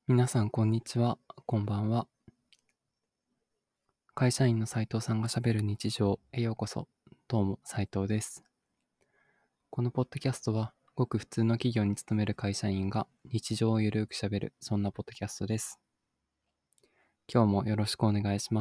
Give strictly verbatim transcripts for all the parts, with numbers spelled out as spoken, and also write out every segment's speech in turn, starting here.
皆さんこんにちは、こんばんは。会社員の斉藤さんがしゃべる日常へようこそ。どうも斉藤です。このポッドキャストはごく普通の企業に勤める会社員が日常をゆるくしゃべる、そんなポッドキャストです。今日もよろしくお願いします。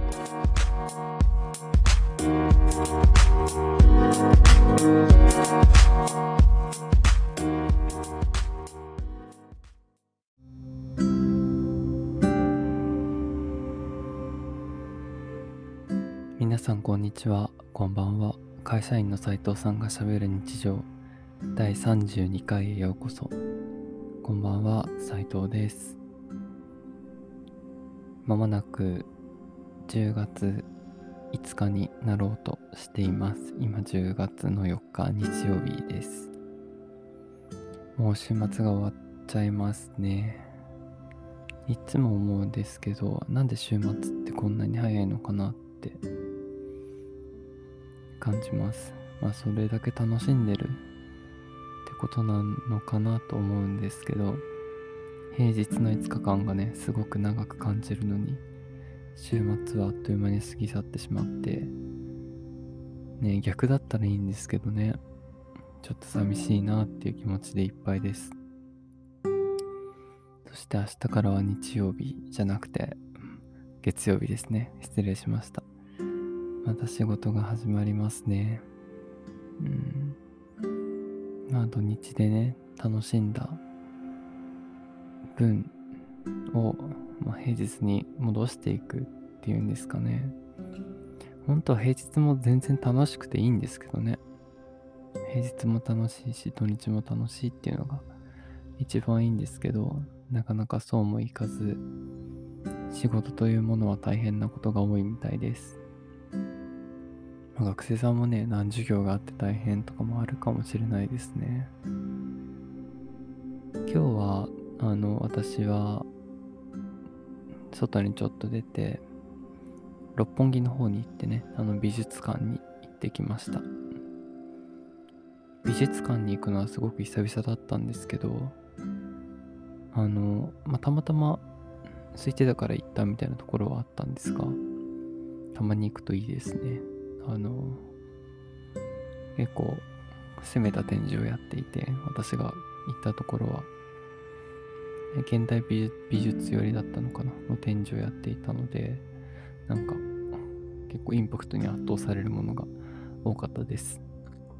皆さんこんにちは、こんばんは。会社員の斉藤さんがしゃべる日常だいさんじゅうにかいへようこそ。こんばんは、斉藤です。まもなくじゅうがついつかになろうとしています。今じゅうがつのよっか日曜日です。もう週末が終わっちゃいますね。いつも思うんですけど、なんで週末ってこんなに早いのかなって感じます。まあそれだけ楽しんでるってことなのかなと思うんですけど、平日のいつかかんがねすごく長く感じるのに、週末はあっという間に過ぎ去ってしまってね、逆だったらいいんですけどね、ちょっと寂しいなっていう気持ちでいっぱいです。そして明日からは日曜日じゃなくて月曜日ですね。失礼しました。また仕事が始まりますね。うん。まあ土日でね、楽しんだ分を、まあ、平日に戻していくっていうんですかね。本当は平日も全然楽しくていいんですけどね。平日も楽しいし、土日も楽しいっていうのが一番いいんですけど、なかなかそうもいかず、仕事というものは大変なことが多いみたいです。まあ、学生さんもね、何授業があって大変とかもあるかもしれないですね。今日は、あの、私は、外にちょっと出て、六本木の方に行ってね、あの美術館に行ってきました。美術館に行くのはすごく久々だったんですけど、あの、まあ、たまたま空いてたから行ったみたいなところはあったんですが、たまに行くといいですね。あの、結構攻めた展示をやっていて、私が行ったところは、現代美術美術寄りだったのかなの展示をやっていたので、なんか結構インパクトに圧倒されるものが多かったです。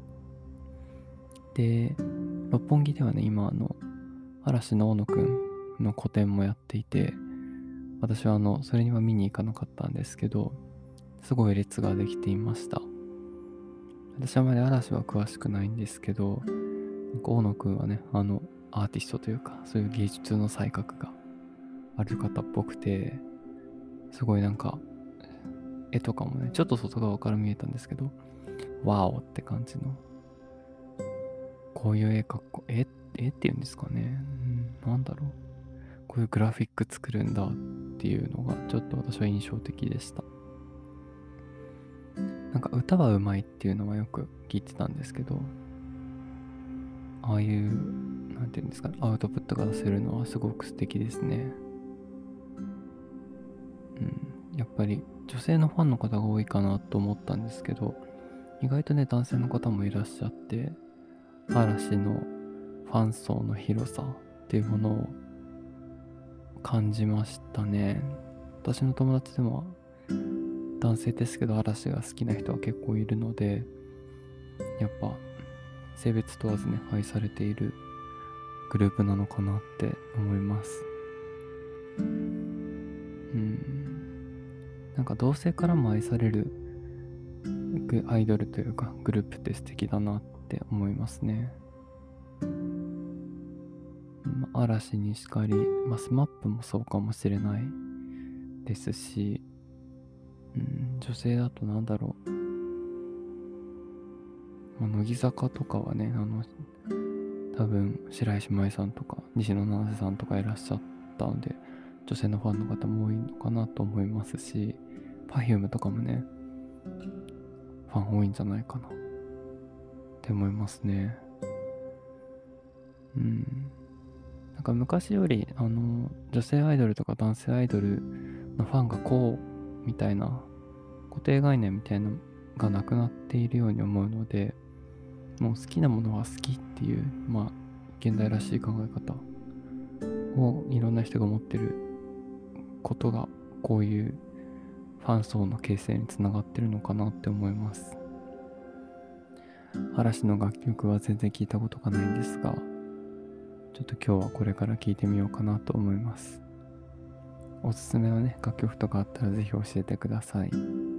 で、六本木ではね、今あの、嵐の大野くんの個展もやっていて、私はあの、それには見に行かなかったんですけど、すごい列ができていました。私はあまり嵐は詳しくないんですけど、なんか大野くんはね、あの、アーティストというか、そういう芸術の才覚がある方っぽくて、すごいなんか、絵とかもね、ちょっと外側から見えたんですけど、ワオって感じの、こういう絵かっこ、絵、絵っていうんですかね、うん、なんだろう。こういうグラフィック作るんだっていうのが、ちょっと私は印象的でした。なんか歌はうまいっていうのはよく聞いてたんですけど、ああいう、なんていうんですかね、アウトプットが出せるのはすごく素敵ですね。うん、やっぱり女性のファンの方が多いかなと思ったんですけど、意外とね、男性の方もいらっしゃって、嵐のファン層の広さっていうものを感じましたね。私の友達でも男性ですけど嵐が好きな人は結構いるので、やっぱ性別問わずね、愛されているグループなのかなって思います。うん。なんか同性からも愛されるアイドルというかグループって素敵だなって思いますね。まあ、嵐にしかり、まあ、スマップもそうかもしれないですし、うん、女性だとなんだろう。まあ、乃木坂とかはね、あの、多分白石麻衣さんとか西野七瀬さんとかいらっしゃったので、女性のファンの方も多いのかなと思いますし、Perfume とかもね、ファン多いんじゃないかなって思いますね。うん。 なんか昔よりあの女性アイドルとか男性アイドルのファンがこうみたいな固定概念みたいなのがなくなっているように思うので、もう好きなものは好きっていう、まあ現代らしい考え方をいろんな人が持ってることが、こういうファン層の形成につながってるのかなって思います。嵐の楽曲は全然聞いたことがないんですが、ちょっと今日はこれから聞いてみようかなと思います。おすすめのね、楽曲とかあったらぜひ教えてください。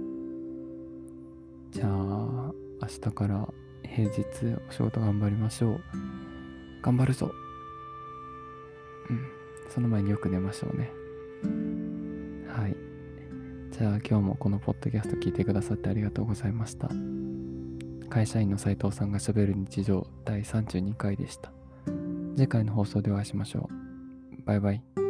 じゃあ、明日から平日お仕事頑張りましょう。頑張るぞ。うん。その前によく寝ましょうね。はい。じゃあ今日もこのポッドキャスト聞いてくださってありがとうございました。会社員の斉藤さんがしゃべる日常だいさんじゅうにかいでした。次回の放送でお会いしましょう。バイバイ。